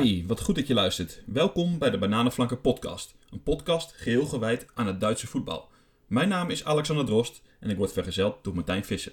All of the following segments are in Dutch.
Hey, wat goed dat je luistert. Welkom bij de Bananenflanken podcast. Een podcast geheel gewijd aan het Duitse voetbal. Mijn naam is Alexander Drost en ik word vergezeld door Martijn Visser.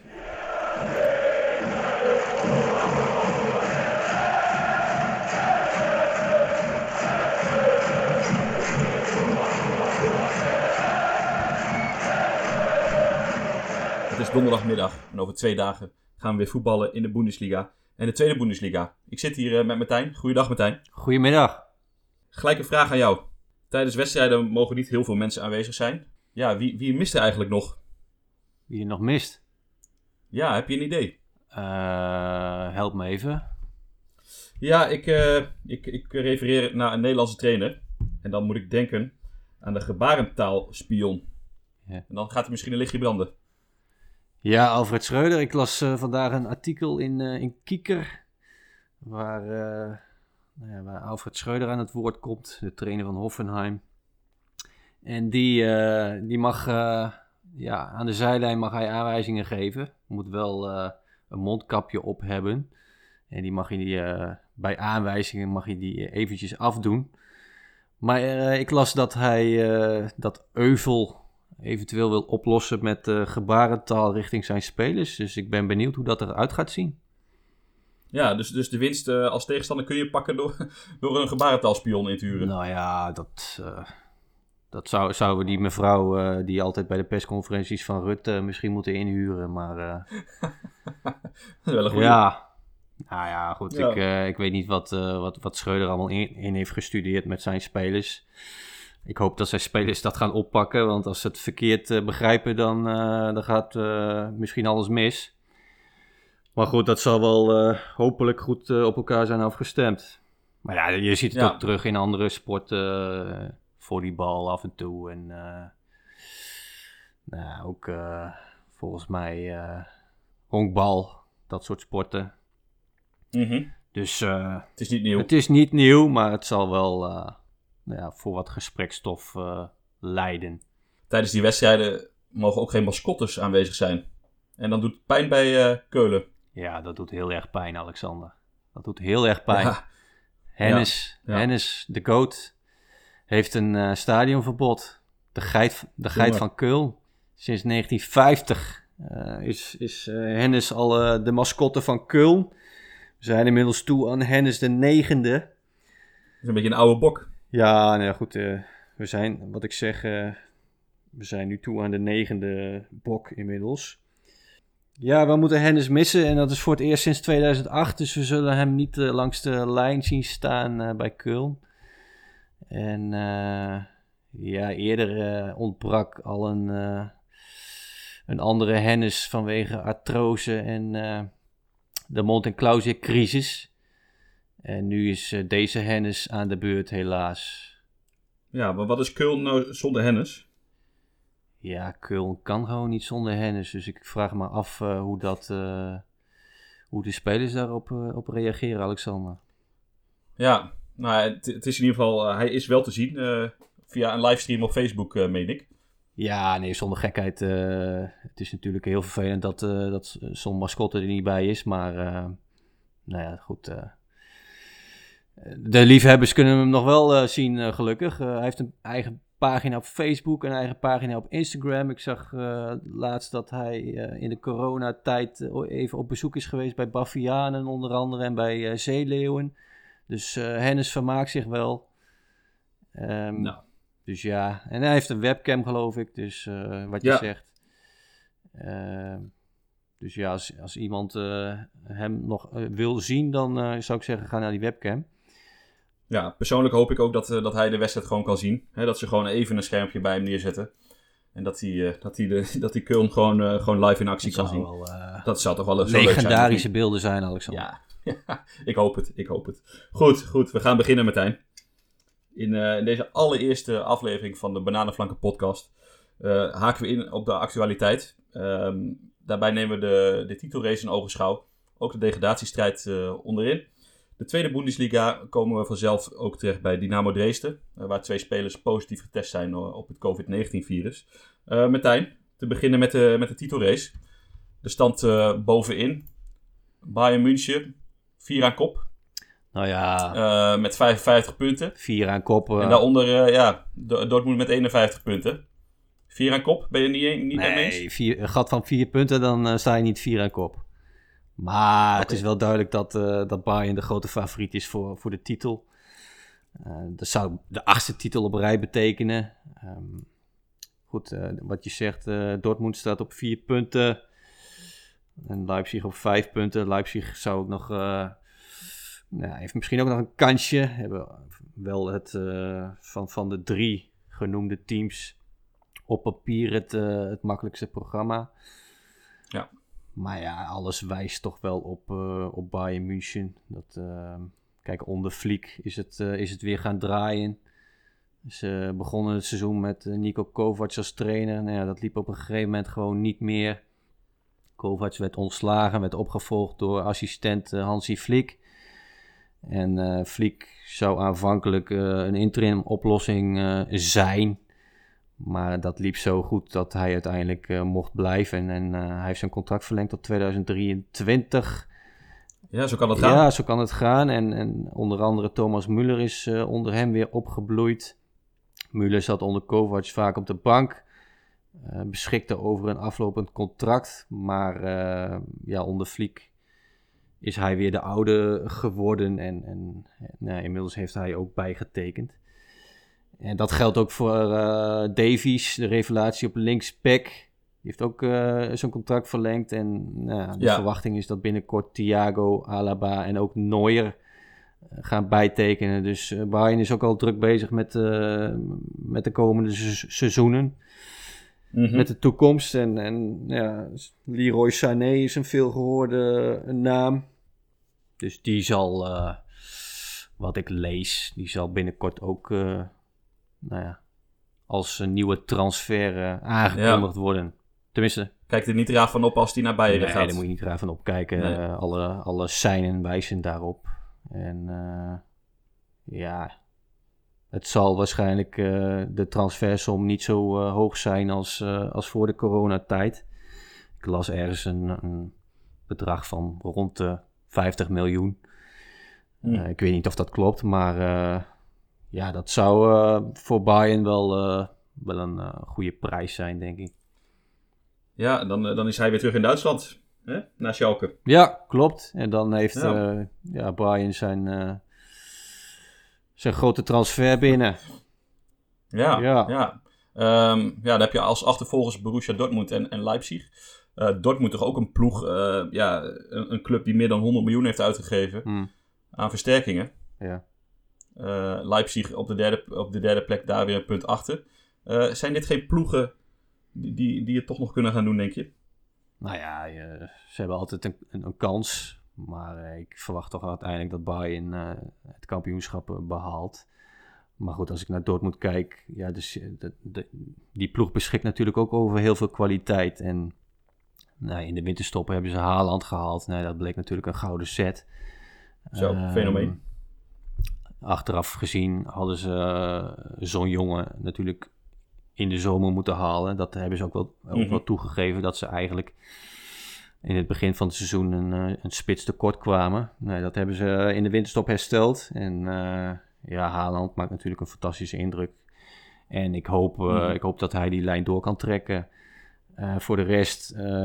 Het is donderdagmiddag en over 2 dagen gaan we weer voetballen in de Bundesliga. En de tweede Bundesliga. Ik zit hier met Martijn. Goeiedag Martijn. Goedemiddag. Gelijk een vraag aan jou. Tijdens wedstrijden mogen niet heel veel mensen aanwezig zijn. Ja, wie mist er eigenlijk nog? Wie je nog mist? Ja, heb je een idee? Help me even. Ja, ik refereer naar een Nederlandse trainer. En dan moet ik denken aan de gebarentaalspion. Ja. En dan gaat er misschien een lichtje branden. Ja, Alfred Schreuder. Ik las vandaag een artikel in Kicker. Waar Alfred Schreuder aan het woord komt. De trainer van Hoffenheim. En die mag... aan de zijlijn mag hij aanwijzingen geven. Moet wel een mondkapje op hebben. En die mag hij bij aanwijzingen mag hij die eventjes afdoen. Maar ik las dat hij dat euvel eventueel wil oplossen met gebarentaal richting zijn spelers. Dus ik ben benieuwd hoe dat eruit gaat zien. Ja, dus de winst als tegenstander kun je pakken door een gebarentaalspion in te huren. Nou ja, dat zouden die mevrouw die altijd bij de persconferenties van Rutte misschien moeten inhuren. Maar Wel een goeie. ja, nou ja, goed. Ja. Ik weet niet wat Schreuder allemaal in heeft gestudeerd met zijn spelers. Ik hoop dat zijn spelers dat gaan oppakken. Want als ze het verkeerd begrijpen, dan gaat misschien alles mis. Maar goed, dat zal wel hopelijk goed op elkaar zijn afgestemd. Maar ja, je ziet het ook terug in andere sporten. Volleybal af en toe. En ook volgens mij honkbal. Dat soort sporten. Mm-hmm. Dus Het is niet nieuw. het is niet nieuw, maar het zal wel voor wat gesprekstof leiden. Tijdens die wedstrijden mogen ook geen mascottes aanwezig zijn. En dan doet het pijn bij Keulen. Ja, dat doet heel erg pijn, Alexander. Dat doet heel erg pijn. Ja. Hennis, de GOAT, heeft een stadionverbod. De geit van Keulen. Sinds 1950 is Hennis al de mascotte van Keulen. We zijn inmiddels toe aan Hennis de 9e. Dat is een beetje een oude bok. Ja, nou goed. We zijn, wat ik zeg, we zijn nu toe aan de 9e bok inmiddels. Ja, we moeten Hennis missen en dat is voor het eerst sinds 2008. Dus we zullen hem niet langs de lijn zien staan bij Keulen. En eerder ontbrak al een andere Hennis vanwege artrose en de mond- en klauwzeercrisis. En nu is deze Hennis aan de beurt, helaas. Ja, maar wat is Keulen nou zonder Hennis? Ja, Keulen kan gewoon niet zonder Hennis. Dus ik vraag me af hoe de spelers daarop op reageren, Alexander. Ja, nou, het is in ieder geval... hij is wel te zien via een livestream op Facebook, meen ik. Ja, nee, zonder gekheid. Het is natuurlijk heel vervelend dat zo'n mascotte er niet bij is. Maar, nou ja, goed. De liefhebbers kunnen hem nog wel zien, gelukkig. Hij heeft een eigen pagina op Facebook, een eigen pagina op Instagram. Ik zag laatst dat hij in de coronatijd even op bezoek is geweest bij Bavianen onder andere en bij zeeleeuwen. Dus Hennis vermaakt zich wel. Dus ja, en hij heeft een webcam geloof ik, dus wat je zegt. Dus ja, als iemand hem nog wil zien, dan zou ik zeggen, ga naar die webcam. Ja, persoonlijk hoop ik ook dat hij de wedstrijd gewoon kan zien. Hè, dat ze gewoon even een schermpje bij hem neerzetten. En dat hij Keulen gewoon live in actie kan zien. Dat zou toch wel zo leuk zijn. Legendarische beelden zijn, Alexander. Ja, ik hoop het. Goed, we gaan beginnen, Martijn. In deze allereerste aflevering van de Bananenflanken podcast haken we in op de actualiteit. Daarbij nemen we de titelrace in ogenschouw. Ook de degradatiestrijd onderin. De tweede Bundesliga komen we vanzelf ook terecht bij Dynamo Dresden. Waar 2 spelers positief getest zijn op het COVID-19-virus. Martijn, te beginnen met de titelrace. De stand bovenin. Bayern München, 4 aan kop. Nou ja, met 55 punten. 4 aan kop. En daaronder Dortmund met 51 punten. 4 aan kop, ben je niet mee eens? Een gat van 4 punten, dan sta je niet 4 aan kop. Maar het is wel duidelijk dat Bayern de grote favoriet is voor de titel. Dat zou de 8e titel op rij betekenen. Goed, wat je zegt, Dortmund staat op 4 punten. En Leipzig op 5 punten. Leipzig zou ook nog... heeft misschien ook nog een kansje. Hebben wel het van de 3 genoemde teams op papier het makkelijkste programma. Ja. Maar ja, alles wijst toch wel op Bayern München. Kijk, onder Flick is het weer gaan draaien. Ze begonnen het seizoen met Niko Kovac als trainer. Nou ja, dat liep op een gegeven moment gewoon niet meer. Kovac werd ontslagen, werd opgevolgd door assistent Hansi Flick. En Flick zou aanvankelijk een interim oplossing zijn. Maar dat liep zo goed dat hij uiteindelijk mocht blijven. En hij heeft zijn contract verlengd tot 2023. Ja, zo kan het gaan. Ja, zo kan het gaan. En onder andere Thomas Müller is onder hem weer opgebloeid. Müller zat onder Kovac vaak op de bank. Beschikte over een aflopend contract. Maar onder Flick is hij weer de oude geworden. En inmiddels heeft hij ook bijgetekend. En dat geldt ook voor Davies, de revelatie op linksback. Die heeft ook zijn contract verlengd. En de verwachting is dat binnenkort Thiago, Alaba en ook Neuer gaan bijtekenen. Dus Bayern is ook al druk bezig met de komende seizoenen. Mm-hmm. Met de toekomst. En Leroy Sané is een veelgehoorde naam. Dus die zal, wat ik lees, die zal binnenkort ook als een nieuwe transfer aangekondigd worden. Tenminste. Kijk er niet raar van op als die naar Bayern gaat. Nee, daar moet je niet raar van opkijken. Nee. Alle seinen wijzen daarop. En het zal waarschijnlijk de transfersom niet zo hoog zijn als voor de coronatijd. Ik las ergens een bedrag van rond de 50 miljoen. Ik weet niet of dat klopt, maar dat zou voor Bayern wel een goede prijs zijn, denk ik. Ja, dan is hij weer terug in Duitsland, hè? Naar Schalke. Ja, klopt. En dan heeft Bayern zijn grote transfer binnen. Ja. Dan heb je als achtervolgers Borussia Dortmund en Leipzig. Dortmund toch ook een ploeg, een club die meer dan 100 miljoen heeft uitgegeven aan versterkingen. Ja. Leipzig op de derde plek, daar weer een punt achter. Zijn dit geen ploegen die het toch nog kunnen gaan doen, denk je? Nou ja, ze hebben altijd een kans. Maar ik verwacht toch uiteindelijk dat Bayern het kampioenschap behaalt. Maar goed, als ik naar Dortmund kijk, dus die ploeg beschikt natuurlijk ook over heel veel kwaliteit. En in de winterstop hebben ze Haaland gehaald. Dat bleek natuurlijk een gouden set. Fenomeen. Achteraf gezien hadden ze zo'n jongen natuurlijk in de zomer moeten halen. Dat hebben ze ook wel toegegeven, dat ze eigenlijk in het begin van het seizoen een spits tekort kwamen. Dat hebben ze in de winterstop hersteld. En Haaland maakt natuurlijk een fantastische indruk. En ik hoop dat hij die lijn door kan trekken. Voor de rest,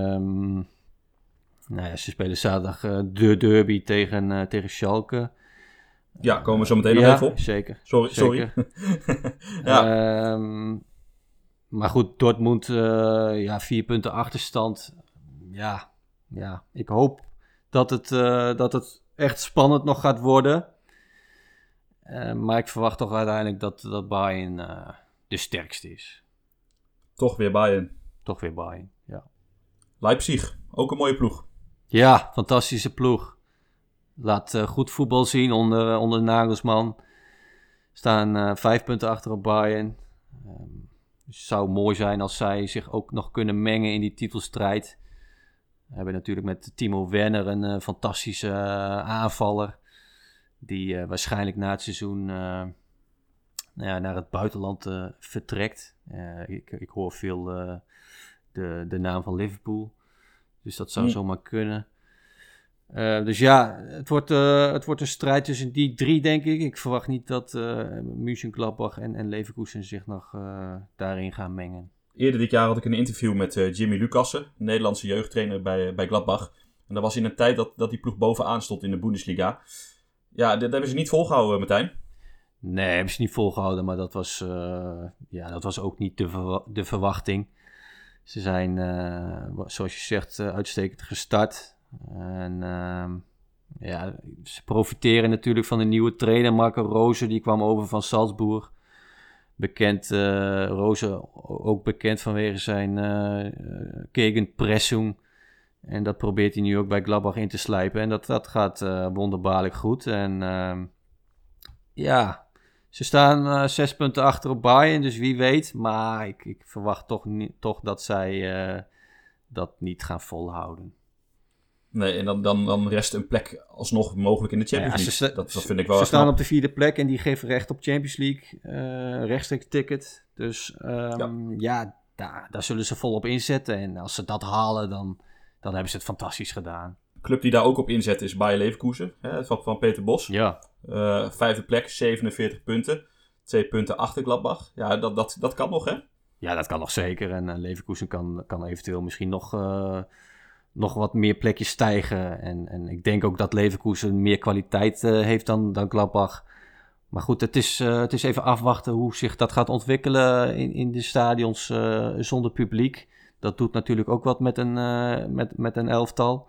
ze spelen zaterdag de derby tegen Schalke. Ja, komen we zo meteen nog even op. Zeker. Sorry. Ja. Maar goed, Dortmund, 4 punten achterstand. Ja, ik hoop dat het echt spannend nog gaat worden. Maar ik verwacht toch uiteindelijk dat Bayern de sterkste is. Toch weer Bayern, ja. Leipzig, ook een mooie ploeg. Ja, fantastische ploeg. Laat goed voetbal zien onder Nagelsman. Staan 5 punten achter op Bayern. Het zou mooi zijn als zij zich ook nog kunnen mengen in die titelstrijd. We hebben natuurlijk met Timo Werner een fantastische aanvaller. Die waarschijnlijk na het seizoen naar het buitenland vertrekt. Ik hoor veel de naam van Liverpool. Dus dat zou zomaar kunnen. Dus ja, het wordt een strijd tussen die 3, denk ik. Ik verwacht niet dat Mönchengladbach en Leverkusen zich nog daarin gaan mengen. Eerder dit jaar had ik een interview met Jimmy Lucassen, Nederlandse jeugdtrainer bij Gladbach. En dat was in een tijd dat die ploeg bovenaan stond in de Bundesliga. Ja, dat hebben ze niet volgehouden, Martijn. Nee, hebben ze niet volgehouden, maar dat was ook niet de verwachting. Ze zijn, zoals je zegt, uitstekend gestart. En ze profiteren natuurlijk van de nieuwe trainer, Marco Rose. Die kwam over van Salzburg. Rose ook bekend vanwege zijn Gegenpressing. En dat probeert hij nu ook bij Gladbach in te slijpen. En dat gaat wonderbaarlijk goed. En ze staan 6 punten achter op Bayern, dus wie weet. Maar ik verwacht toch dat zij dat niet gaan volhouden. Nee, en dan rest een plek alsnog mogelijk in de Champions League. Dat vind ik wel. Ze staan op de 4e plek en die geven recht op Champions League. Rechtstreeks ticket. Dus daar zullen ze volop inzetten. En als ze dat halen, dan hebben ze het fantastisch gedaan. De club die daar ook op inzet is Bayer Leverkusen. Van Peter Bos. Ja. 5e plek, 47 punten. 2 punten achter Gladbach. Ja, dat kan nog, hè? Ja, dat kan nog zeker. En Leverkusen kan eventueel misschien nog wat meer plekjes stijgen. En ik denk ook dat Leverkusen meer kwaliteit heeft dan Gladbach. Maar goed, het is even afwachten hoe zich dat gaat ontwikkelen in de stadions zonder publiek. Dat doet natuurlijk ook wat met een elftal.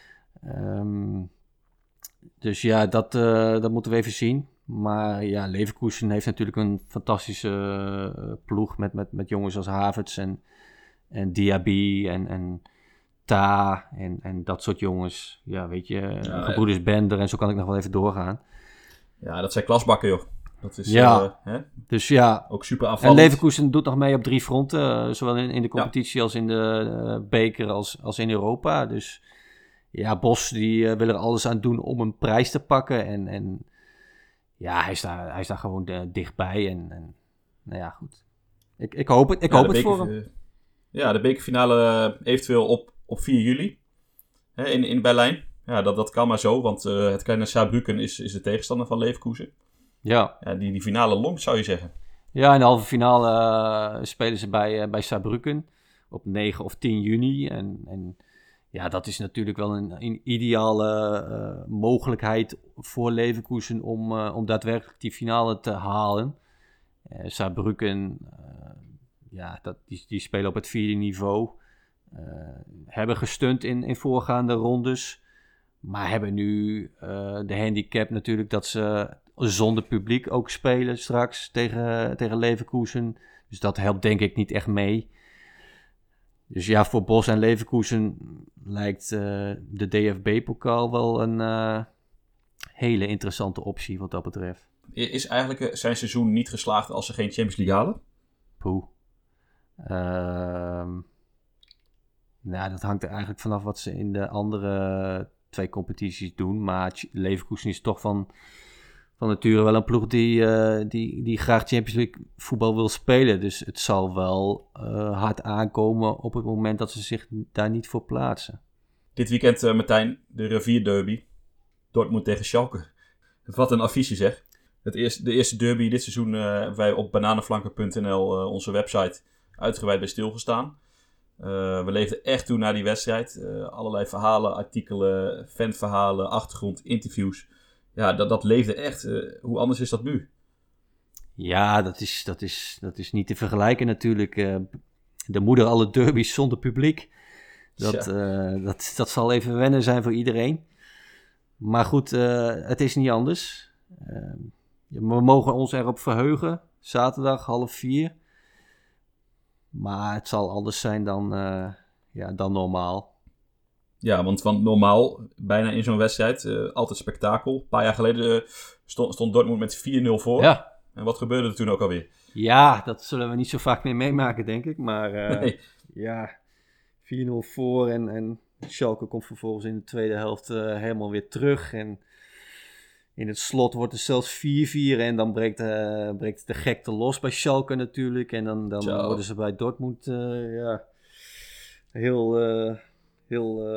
Dus ja, dat moeten we even zien. Maar ja, Leverkusen heeft natuurlijk een fantastische ploeg met jongens als Havertz en Diaby en Ta en dat soort jongens. Ja, weet je, gebroeders Bender en zo kan ik nog wel even doorgaan. Ja, dat zijn klasbakken, joh. Dat is dus ja, ook super aanvallend. En Leverkusen doet nog mee op 3 fronten. Zowel in de competitie als in de beker als in Europa. Dus ja, Bos die wil er alles aan doen om een prijs te pakken. En ja, hij is daar gewoon dichtbij. En nou ja, goed. Ik hoop het voor hem. Ja, de bekerfinale eventueel op 4 juli in Berlijn. Ja, dat kan maar zo, want het kleine Saarbrücken is de tegenstander van Leverkusen. Ja, die finale longt, zou je zeggen. Ja, in de halve finale spelen ze bij Saarbrücken op 9 of 10 juni. En ja, dat is natuurlijk wel een ideale mogelijkheid voor Leverkusen om daadwerkelijk die finale te halen. Saarbrücken, die spelen op het 4e niveau. Hebben gestund in voorgaande rondes. Maar hebben nu de handicap natuurlijk dat ze zonder publiek ook spelen straks tegen Leverkusen. Dus dat helpt denk ik niet echt mee. Dus ja, voor Bos en Leverkusen lijkt de DFB-pokaal wel een hele interessante optie wat dat betreft. Is eigenlijk zijn seizoen niet geslaagd als ze geen Champions League halen? Poeh. Nou, dat hangt er eigenlijk vanaf wat ze in de andere 2 competities doen. Maar Leverkusen is toch van nature wel een ploeg die graag Champions League voetbal wil spelen. Dus het zal wel hard aankomen op het moment dat ze zich daar niet voor plaatsen. Dit weekend, Martijn, de rivierderby. Dortmund tegen Schalke. Wat een affiche zeg. De eerste derby dit seizoen hebben wij op bananenflanken.nl, onze website, uitgebreid bij stilgestaan. We leefden echt toe naar die wedstrijd. Allerlei verhalen, artikelen, fanverhalen, achtergrond, interviews. Ja, dat leefde echt. Hoe anders is dat nu? Ja, dat is niet te vergelijken natuurlijk. De moeder alle derbies zonder publiek. Dat zal even wennen zijn voor iedereen. Maar goed, het is niet anders. We mogen ons erop verheugen. Zaterdag 3:30. Maar het zal anders zijn dan normaal. Ja, want normaal, bijna in zo'n wedstrijd, altijd spektakel. Een paar jaar geleden stond Dortmund met 4-0 voor. Ja. En wat gebeurde er toen ook alweer? Ja, dat zullen we niet zo vaak meer meemaken, denk ik. Maar nee. Ja, 4-0 voor en Schalke komt vervolgens in de tweede helft helemaal weer terug. En in het slot wordt het zelfs 4-4 en dan breekt de gekte los bij Schalke natuurlijk. En dan worden ze bij Dortmund heel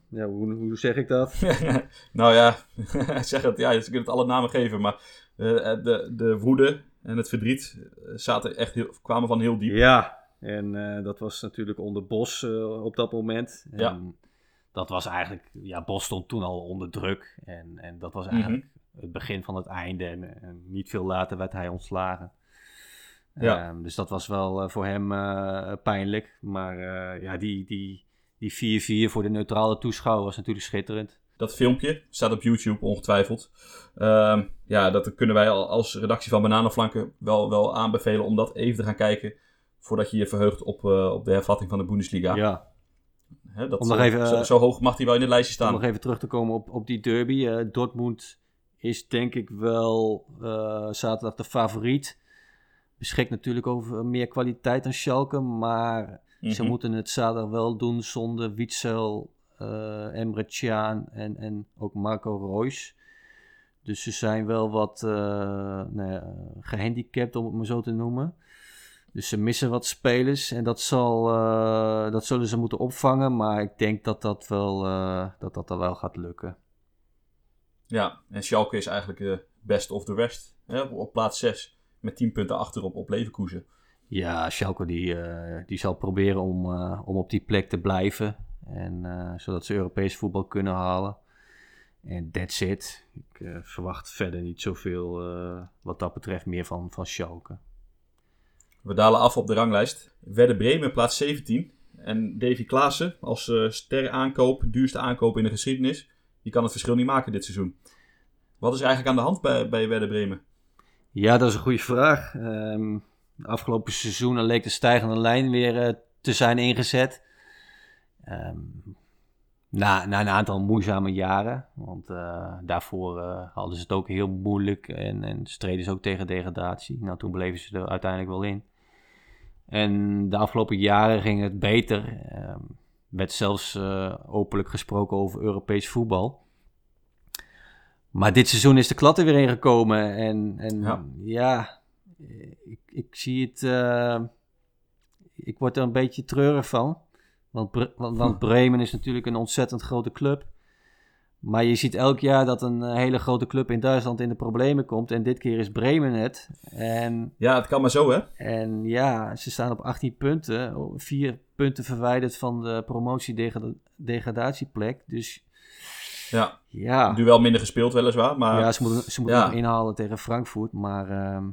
Ja, hoe zeg ik dat? Nou ja, zeg het. Ja, je kunt het alle namen geven, maar de woede en het verdriet kwamen van heel diep. Ja, en dat was natuurlijk onder Bos op dat moment. En Ja. dat was eigenlijk... Ja, Bos stond toen al onder druk. En dat was eigenlijk het begin van het einde. En niet veel later werd hij ontslagen. Ja. Dus dat was wel voor hem pijnlijk. Maar ja, die 4-4 voor de neutrale toeschouwer was natuurlijk schitterend. Dat filmpje staat op YouTube ongetwijfeld. Ja, dat kunnen wij als redactie van Bananenflanken wel aanbevelen om dat even te gaan kijken voordat je je verheugt op de hervatting van de Bundesliga. Ja. Hè, Om nog even, zo hoog mag hij wel in het lijstje staan. Om nog even terug te komen op die derby. Dortmund is denk ik wel zaterdag de favoriet. Beschikt natuurlijk over meer kwaliteit dan Schalke, maar ze moeten het zaterdag wel doen zonder Witsel, Emre Can en ook Marco Reus. Dus ze zijn wel wat gehandicapt, om het maar zo te noemen. Dus ze missen wat spelers en dat zullen ze moeten opvangen. Maar ik denk dat dat wel gaat lukken. Ja, en Schalke is eigenlijk de best of the rest. Hè, op plaats 6 met 10 punten achterop op Leverkusen. Ja, Schalke die zal proberen om op die plek te blijven. En zodat ze Europees voetbal kunnen halen. En that's it. Ik verwacht verder niet zoveel wat dat betreft meer van Schalke. We dalen af op de ranglijst. Werder Bremen plaats 17. En Davy Klaassen als sterrenaankoop, duurste aankoop in de geschiedenis. Die kan het verschil niet maken dit seizoen. Wat is er eigenlijk aan de hand bij Werder Bremen? Ja, dat is een goede vraag. De afgelopen seizoenen leek de stijgende lijn weer te zijn ingezet. Na een aantal moeizame jaren. Want daarvoor hadden ze het ook heel moeilijk en streden ze ook tegen degradatie. Nou, toen bleven ze er uiteindelijk wel in. En de afgelopen jaren ging het beter. Werd zelfs openlijk gesproken over Europees voetbal. Maar dit seizoen is de klad er weer in gekomen. En ja, ik zie het... ik word er een beetje treurig van. Want Bremen is natuurlijk een ontzettend grote club. Maar je ziet elk jaar dat een hele grote club in Duitsland in de problemen komt. En dit keer is Bremen het. Ja, het kan maar zo, hè? En ja, ze staan op 18 punten. 4 punten verwijderd van de promotie-degradatieplek. Dus ja. Duel minder gespeeld weliswaar. Maar... Ja, ze moeten nog inhalen tegen Frankfurt. Maar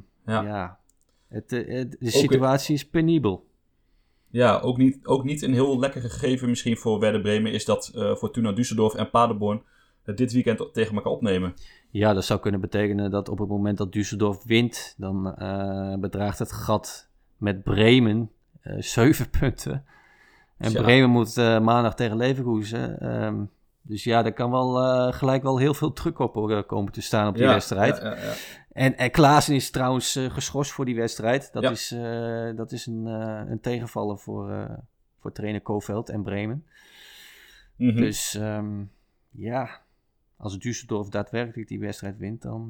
de situatie is penibel. Ja, ook niet een heel lekker gegeven misschien voor Werder Bremen is dat Fortuna Düsseldorf en Paderborn dit weekend tegen elkaar opnemen. Ja, dat zou kunnen betekenen dat op het moment dat Düsseldorf wint, dan bedraagt het gat met Bremen 7 punten. En Bremen moet maandag tegen Leverkusen. Dus ja, er kan wel gelijk wel heel veel druk op komen te staan op die wedstrijd. Ja. En Klaassen is trouwens geschorst voor die wedstrijd. Dat is een tegenvaller voor trainer Kofeld en Bremen. Mm-hmm. Dus als Düsseldorf daadwerkelijk die wedstrijd wint, dan...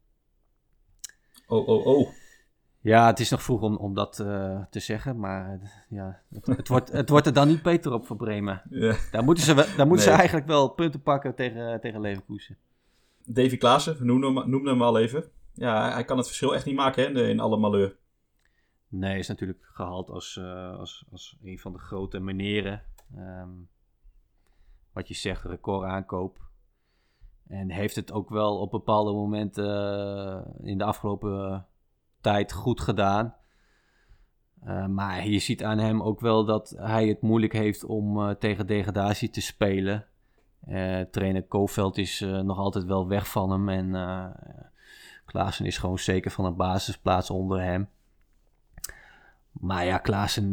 Ja, het is nog vroeg om dat te zeggen, maar het wordt er dan niet beter op voor Bremen. Ja. Daar moeten ze eigenlijk wel punten pakken tegen Leverkusen. Davy Klaassen, we noemden hem al even. Ja, hij kan het verschil echt niet maken hè, in alle malheur. Nee, hij is natuurlijk gehaald als een van de grote meneren. Wat je zegt, recordaankoop. En heeft het ook wel op bepaalde momenten in de afgelopen tijd goed gedaan. Maar je ziet aan hem ook wel dat hij het moeilijk heeft om tegen degradatie te spelen. Trainer Kofeld is nog altijd wel weg van hem. En Klaassen is gewoon zeker van een basisplaats onder hem. Maar ja, Klaassen...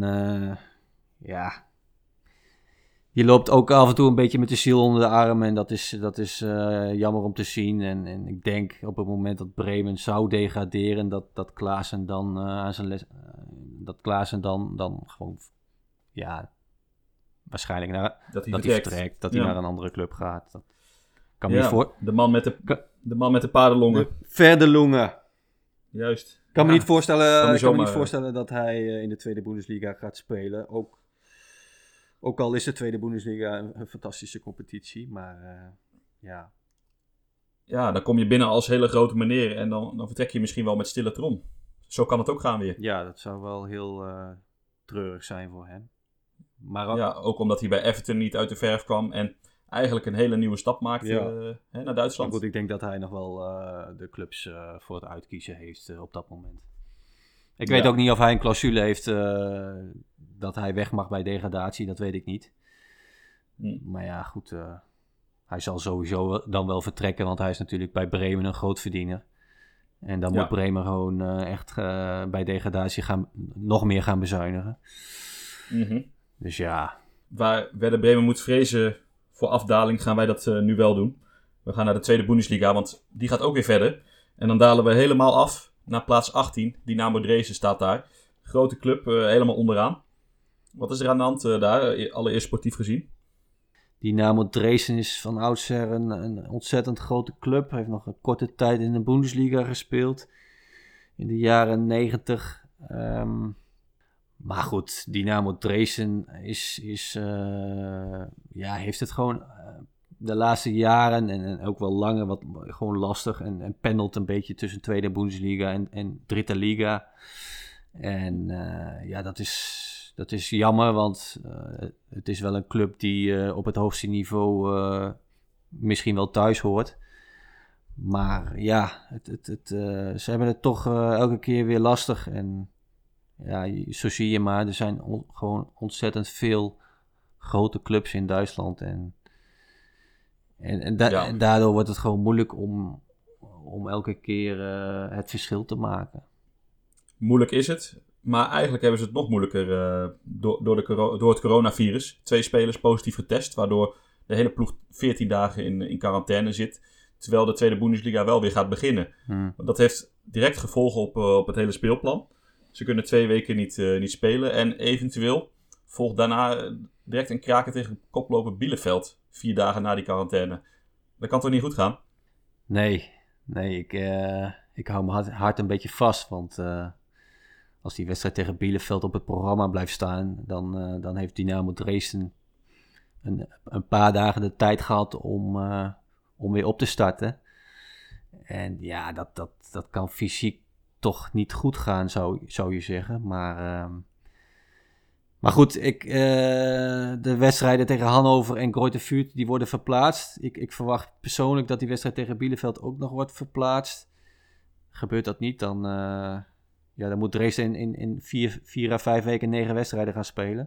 Die loopt ook af en toe een beetje met de ziel onder de arm. En dat is jammer om te zien. En ik denk op het moment dat Bremen zou degraderen... dat Klaassen dan aan zijn les... dat Klaassen dan gewoon... Ja, waarschijnlijk dat hij vertrekt. Dat hij naar een andere club gaat. Dat kan me niet voor... De man met de paardenlongen. Verderlongen. Juist. Ik kan me niet voorstellen dat hij in de tweede Bundesliga gaat spelen. Ook al is de tweede Bundesliga een fantastische competitie, maar ja. Ja, dan kom je binnen als hele grote meneer en dan vertrek je misschien wel met stille trom. Zo kan het ook gaan weer. Ja, dat zou wel heel treurig zijn voor hem. Maar Ja, ook omdat hij bij Everton niet uit de verf kwam en eigenlijk een hele nieuwe stap maakte naar Duitsland. Maar goed, ik denk dat hij nog wel de clubs voor het uitkiezen heeft op dat moment. Ik weet ook niet of hij een clausule heeft dat hij weg mag bij degradatie, dat weet ik niet. Maar ja, goed, hij zal sowieso dan wel vertrekken, want hij is natuurlijk bij Bremen een groot verdiener. En dan moet Bremen gewoon echt bij degradatie nog meer gaan bezuinigen. Mm-hmm. Dus ja. Waar Werder Bremen moet vrezen voor afdaling, gaan wij dat nu wel doen. We gaan naar de tweede Bundesliga, want die gaat ook weer verder. En dan dalen we helemaal af naar plaats 18. Dynamo Dresden staat daar. Grote club, helemaal onderaan. Wat is er aan de hand daar, allereerst sportief gezien? Dynamo Dresden is van oudsher een ontzettend grote club. Hij heeft nog een korte tijd in de Bundesliga gespeeld. In de jaren 90. Maar goed, Dynamo Dresden heeft het gewoon de laatste jaren en ook wel langer gewoon lastig. En pendelt een beetje tussen tweede Bundesliga en dritte liga. En dat is jammer, want het is wel een club die op het hoogste niveau misschien wel thuis hoort. Maar ja, ze hebben het toch elke keer weer lastig. En ja, zo zie je maar, er zijn gewoon ontzettend veel grote clubs in Duitsland. En daardoor wordt het gewoon moeilijk om elke keer het verschil te maken. Moeilijk is het. Maar eigenlijk hebben ze het nog moeilijker door het coronavirus. 2 spelers positief getest, waardoor de hele ploeg 14 dagen in quarantaine zit. Terwijl de tweede Bundesliga wel weer gaat beginnen. Dat heeft direct gevolgen op het hele speelplan. Ze kunnen 2 weken niet spelen. En eventueel volgt daarna direct een kraken tegen koploper Bielefeld. 4 dagen na die quarantaine. Dat kan toch niet goed gaan? Nee, ik hou mijn hart een beetje vast, want als die wedstrijd tegen Bielefeld op het programma blijft staan, dan heeft Dynamo Dresden een paar dagen de tijd gehad om weer op te starten. En ja, dat kan fysiek toch niet goed gaan, zou je zeggen. Maar goed, de wedstrijden tegen Hannover en Greuther Fürth, die worden verplaatst. Ik verwacht persoonlijk dat die wedstrijd tegen Bielefeld ook nog wordt verplaatst. Gebeurt dat niet, dan moet Dresden in 4 à 5 weken 9 wedstrijden gaan spelen.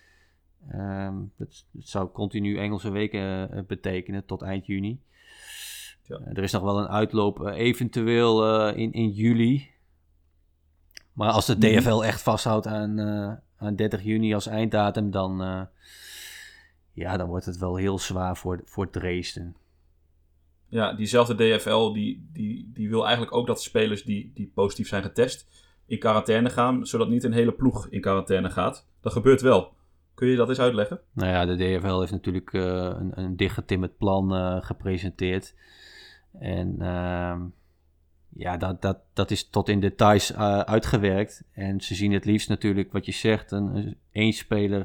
Dat zou continu Engelse weken betekenen tot eind juni. Ja. Er is nog wel een uitloop eventueel in juli. Maar als de DFL echt vasthoudt aan 30 juni als einddatum, dan wordt het wel heel zwaar voor Dresden. Ja, diezelfde DFL die wil eigenlijk ook dat de spelers die positief zijn getest in quarantaine gaan, zodat niet een hele ploeg in quarantaine gaat. Dat gebeurt wel. Kun je dat eens uitleggen? Nou ja, de DFL heeft natuurlijk een dichtgetimmerd plan gepresenteerd. En dat is tot in details uitgewerkt. En ze zien het liefst natuurlijk, wat je zegt, één speler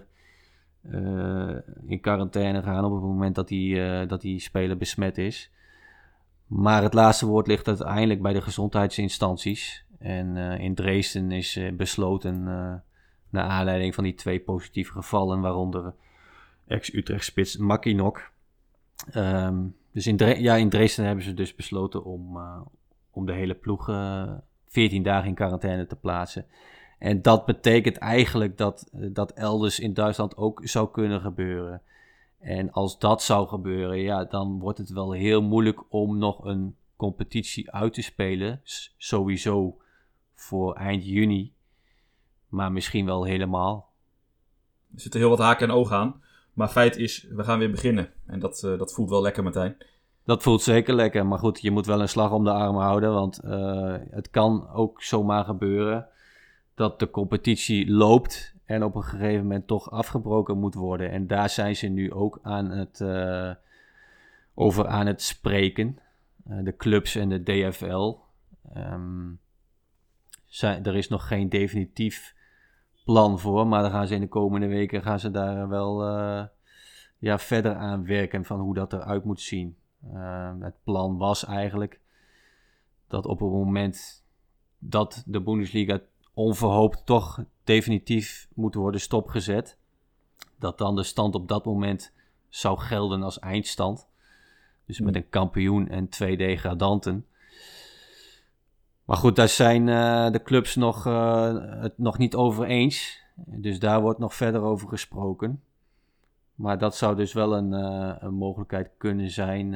in quarantaine gaan op het moment dat die speler besmet is. Maar het laatste woord ligt uiteindelijk bij de gezondheidsinstanties. En in Dresden is besloten, naar aanleiding van die 2 positieve gevallen, waaronder ex-Utrecht-spits Makinok. Dus in Dresden hebben ze dus besloten om de hele ploeg 14 dagen in quarantaine te plaatsen. En dat betekent eigenlijk dat elders in Duitsland ook zou kunnen gebeuren. En als dat zou gebeuren, ja, dan wordt het wel heel moeilijk om nog een competitie uit te spelen. Sowieso voor eind juni, maar misschien wel helemaal. Er zitten heel wat haken en ogen aan. Maar feit is, we gaan weer beginnen. En dat voelt wel lekker, Martijn. Dat voelt zeker lekker. Maar goed, je moet wel een slag om de arm houden. Want het kan ook zomaar gebeuren dat de competitie loopt en op een gegeven moment toch afgebroken moet worden. En daar zijn ze nu ook over aan het spreken. De clubs en de DFL. Er is nog geen definitief plan voor. Maar dan gaan ze in de komende weken daar wel verder aan werken van hoe dat eruit moet zien. Het plan was eigenlijk dat op het moment dat de Bundesliga onverhoopt toch definitief moet worden stopgezet, dat dan de stand op dat moment zou gelden als eindstand. Dus met een kampioen en 2 degradanten. Maar goed, daar zijn de clubs het nog niet over eens. Dus daar wordt nog verder over gesproken. Maar dat zou dus wel een mogelijkheid kunnen zijn.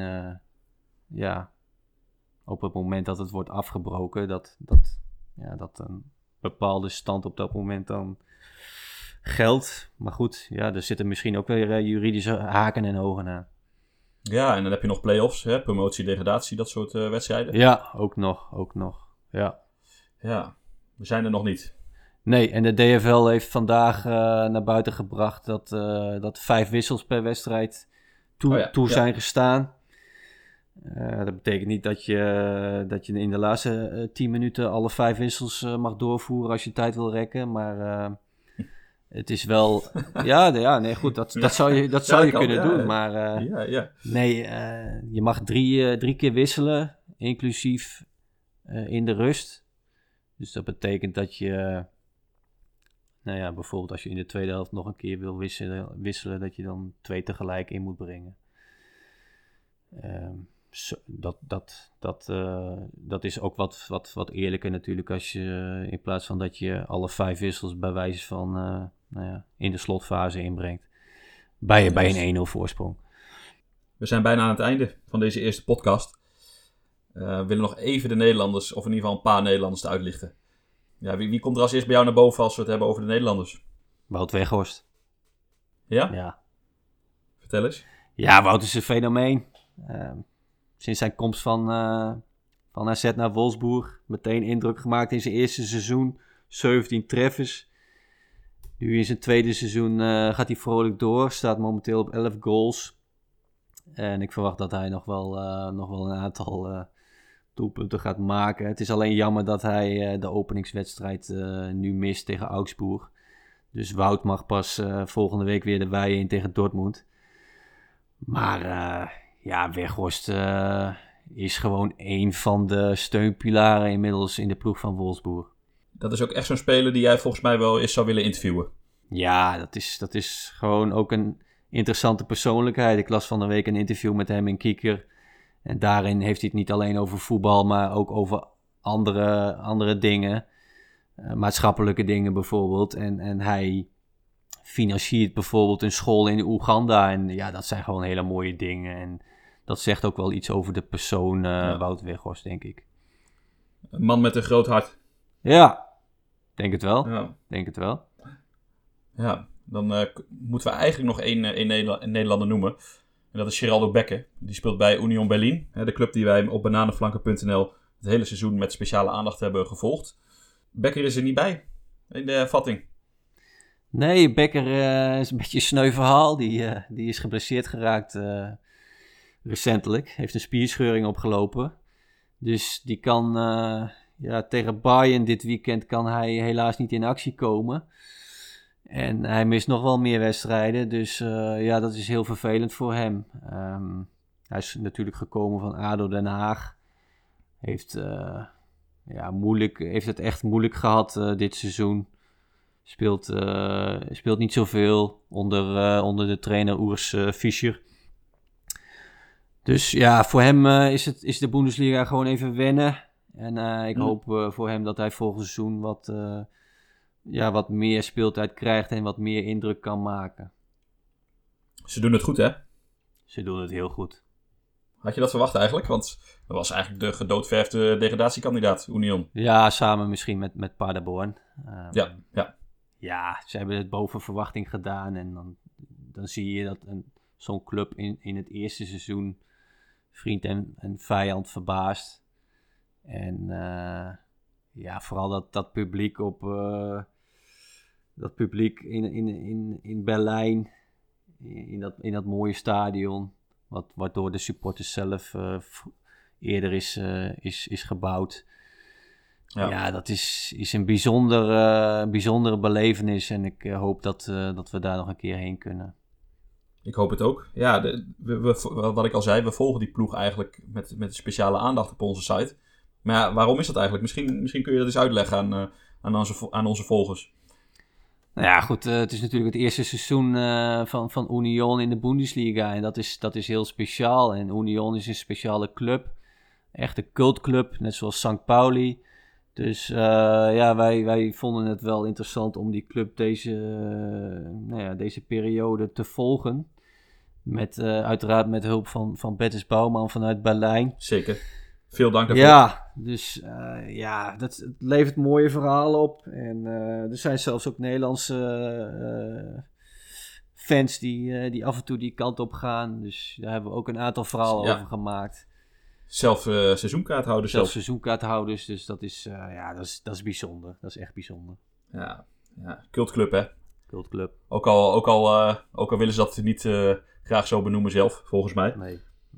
Op het moment dat het wordt afgebroken. Dat een bepaalde stand op dat moment dan geldt. Maar goed, er zitten misschien ook weer juridische haken en ogen aan. Ja, en dan heb je nog play-offs, hè? Promotie, degradatie, dat soort wedstrijden. Ja, ook nog. Ja. Ja, we zijn er nog niet. Nee, en de DFL heeft vandaag naar buiten gebracht dat 5 wissels per wedstrijd toe zijn gestaan. Dat betekent niet dat je in de laatste 10 minuten alle 5 wissels mag doorvoeren als je tijd wil rekken. Maar het is wel... nee, goed, dat zou je kunnen doen. Maar nee, je mag 3 keer wisselen, inclusief in de rust. Dus dat betekent dat je... bijvoorbeeld als je in de tweede helft nog een keer wil wisselen, dat je dan 2 tegelijk in moet brengen. Dat is ook wat eerlijker natuurlijk als je in plaats van dat je alle 5 wissels bij wijze van in de slotfase inbrengt. Bij een 1-0 voorsprong. We zijn bijna aan het einde van deze eerste podcast. We willen nog even de Nederlanders, of in ieder geval een paar Nederlanders uitlichten. Ja, wie komt er als eerst bij jou naar boven als we het hebben over de Nederlanders? Wout Weghorst. Ja? Ja. Vertel eens. Ja, Wout is een fenomeen. Sinds zijn komst van AZ naar Wolfsburg. Meteen indruk gemaakt in zijn eerste seizoen. 17 treffers. Nu in zijn tweede seizoen gaat hij vrolijk door. Staat momenteel op 11 goals. En ik verwacht dat hij nog wel een aantal doelpunten gaat maken. Het is alleen jammer dat hij de openingswedstrijd nu mist tegen Augsburg. Dus Wout mag pas volgende week weer de wei in tegen Dortmund. Maar Weghorst is gewoon een van de steunpilaren inmiddels in de ploeg van Wolfsburg. Dat is ook echt zo'n speler die jij volgens mij wel eens zou willen interviewen. Ja, dat is gewoon ook een interessante persoonlijkheid. Ik las van de week een interview met hem in Kicker. En daarin heeft hij het niet alleen over voetbal, maar ook over andere dingen. Maatschappelijke dingen bijvoorbeeld. En hij financiert bijvoorbeeld een school in Oeganda. En ja, dat zijn gewoon hele mooie dingen. En dat zegt ook wel iets over de persoon Wout Weghorst, denk ik. Een man met een groot hart. Ja, denk het wel. Ja. Denk het wel. Ja, dan moeten we eigenlijk nog één Nederlander noemen. En dat is Geraldo Becker. Die speelt bij Union Berlin. De club die wij op bananenflanken.nl het hele seizoen met speciale aandacht hebben gevolgd. Becker is er niet bij in de vatting. Nee, Becker is een beetje een sneu verhaal. Die is geblesseerd geraakt recentelijk. Heeft een spierscheuring opgelopen. Dus die kan tegen Bayern dit weekend kan hij helaas niet in actie komen. En hij mist nog wel meer wedstrijden. Dus dat is heel vervelend voor hem. Hij is natuurlijk gekomen van ADO Den Haag. Heeft het echt moeilijk gehad dit seizoen. Speelt niet zoveel onder de trainer Urs Fischer. Dus ja, voor hem is de Bundesliga gewoon even wennen. En ik hoop voor hem dat hij volgend seizoen wat meer speeltijd krijgt en wat meer indruk kan maken. Ze doen het goed, hè? Ze doen het heel goed. Had je dat verwacht eigenlijk? Want dat was eigenlijk de gedoodverfde degradatiekandidaat, Union. Ja, samen misschien met Paderborn. Ja, ze hebben het boven verwachting gedaan. En dan zie je dat zo'n club in het eerste seizoen vriend en vijand verbaast. En vooral dat publiek dat publiek in Berlijn, in dat mooie stadion, wat door de supporters zelf eerder is gebouwd. Ja, dat is een bijzondere belevenis. En ik hoop dat we daar nog een keer heen kunnen. Ik hoop het ook. Ja, wat ik al zei, we volgen die ploeg eigenlijk met speciale aandacht op onze site. Maar ja, waarom is dat eigenlijk? Misschien kun je dat eens uitleggen aan onze volgers. Nou ja, goed. Het is natuurlijk het eerste seizoen van Union in de Bundesliga. En dat is heel speciaal. En Union is een speciale club. Echt een cultclub, net zoals St. Pauli. Dus wij vonden het wel interessant om die club deze periode te volgen. Uiteraard met hulp van Bertus Bouwman vanuit Berlijn. Zeker. Veel dank daarvoor. Ja, dus het levert mooie verhalen op. En er zijn zelfs ook Nederlandse fans die af en toe die kant op gaan. Dus daar hebben we ook een aantal verhalen over gemaakt. Zelf seizoenkaarthouders. Zelfs seizoenkaarthouders, dus dat is bijzonder. Dat is echt bijzonder. Ja, cultclub hè? Cultclub. Ook al willen ze dat niet graag zo benoemen zelf, volgens mij. Nee.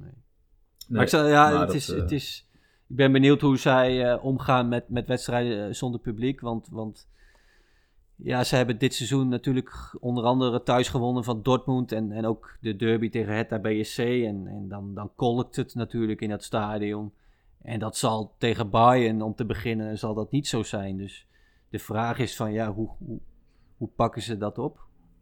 Maar ik ben benieuwd hoe zij omgaan met wedstrijden zonder publiek. Want ze hebben dit seizoen natuurlijk onder andere thuis gewonnen van Dortmund. En ook de derby tegen Hertha BSC. En dan kolkt het natuurlijk in dat stadion. En dat zal tegen Bayern, om te beginnen, zal dat niet zo zijn. Dus de vraag is van, hoe pakken ze dat op?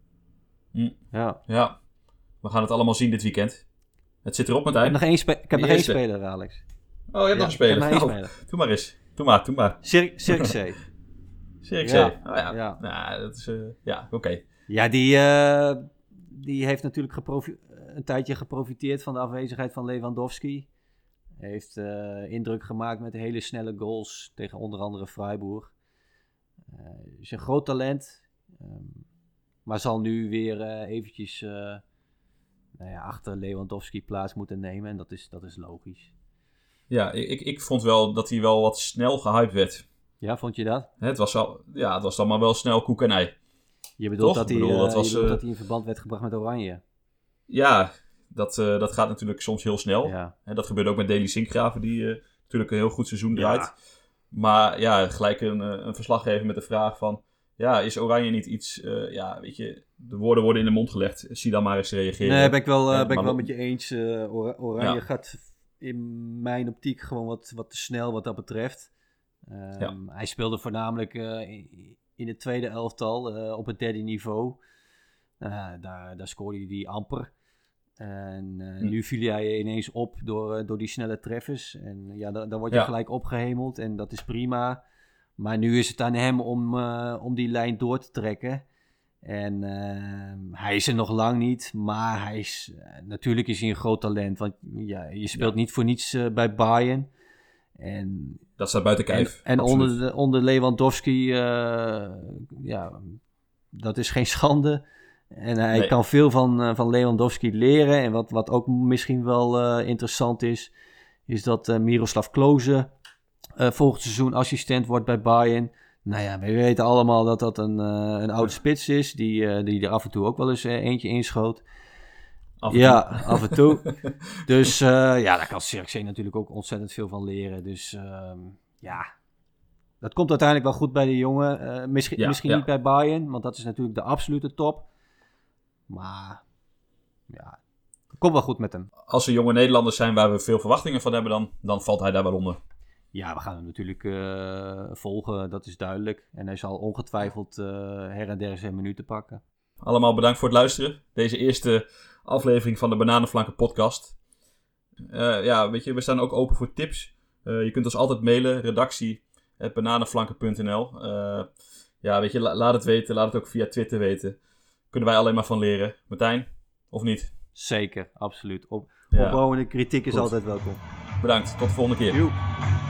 Ja, we gaan het allemaal zien dit weekend. Het zit erop, Martijn. Ik heb nog één speler, Alex. Oh, je hebt nog een speler. Ik heb nog één speler. Doe maar eens. Doe maar. Cirkzee. Cirkzee. Ja. Nou, dat is... oké. Ja, die heeft natuurlijk een tijdje geprofiteerd van de afwezigheid van Lewandowski. Hij heeft indruk gemaakt met hele snelle goals tegen onder andere Freiburg. Is een groot talent. Maar zal nu weer eventjes achter Lewandowski plaats moeten nemen. En dat is logisch. Ja, ik vond wel dat hij wel wat snel gehyped werd. Ja, vond je dat? Het was allemaal wel snel koek en ei. Je bedoelt dat hij in verband werd gebracht met Oranje? Ja, dat gaat natuurlijk soms heel snel. Ja. Dat gebeurde ook met Deli Sinkgraven, die natuurlijk een heel goed seizoen draait. Ja. Maar ja, gelijk een verslag geven met de vraag van... Ja, is Oranje niet iets... weet je, de woorden worden in de mond gelegd. Zie dan maar eens reageren. Nee, ben ik wel met je eens. Oranje gaat in mijn optiek gewoon wat te snel wat dat betreft. Hij speelde voornamelijk in het tweede elftal op het derde niveau. Daar scoorde hij amper. En nu viel hij ineens op door die snelle treffers. En dan word je gelijk opgehemeld en dat is prima. Maar nu is het aan hem om die lijn door te trekken. En hij is er nog lang niet, maar natuurlijk is hij een groot talent. Want je speelt niet voor niets bij Bayern. En dat staat buiten kijf. En onder Lewandowski, dat is geen schande. En hij kan veel van Lewandowski leren. En wat ook misschien wel interessant is dat Miroslav Klose volgend seizoen assistent wordt bij Bayern. Nou ja, we weten allemaal dat dat een oude spits is, die er af en toe ook wel eens eentje inschoot. Af en toe. Dus daar kan Cirkzee natuurlijk ook ontzettend veel van leren. Dus dat komt uiteindelijk wel goed bij de jongen. Misschien niet bij Bayern, want dat is natuurlijk de absolute top. Maar het komt wel goed met hem. Als er jonge Nederlanders zijn waar we veel verwachtingen van hebben, dan valt hij daar wel onder. Ja, we gaan hem natuurlijk volgen, dat is duidelijk. En hij zal ongetwijfeld her en der zijn minuten pakken. Allemaal bedankt voor het luisteren. Deze eerste aflevering van de Bananenflanken podcast. Weet je, we staan ook open voor tips. Je kunt ons altijd mailen, redactie@bananenflanken.nl. Weet je, laat het weten. Laat het ook via Twitter weten. Kunnen wij alleen maar van leren. Martijn, of niet? Zeker, absoluut. Opbouwende kritiek is altijd welkom. Bedankt, tot de volgende keer. Joep.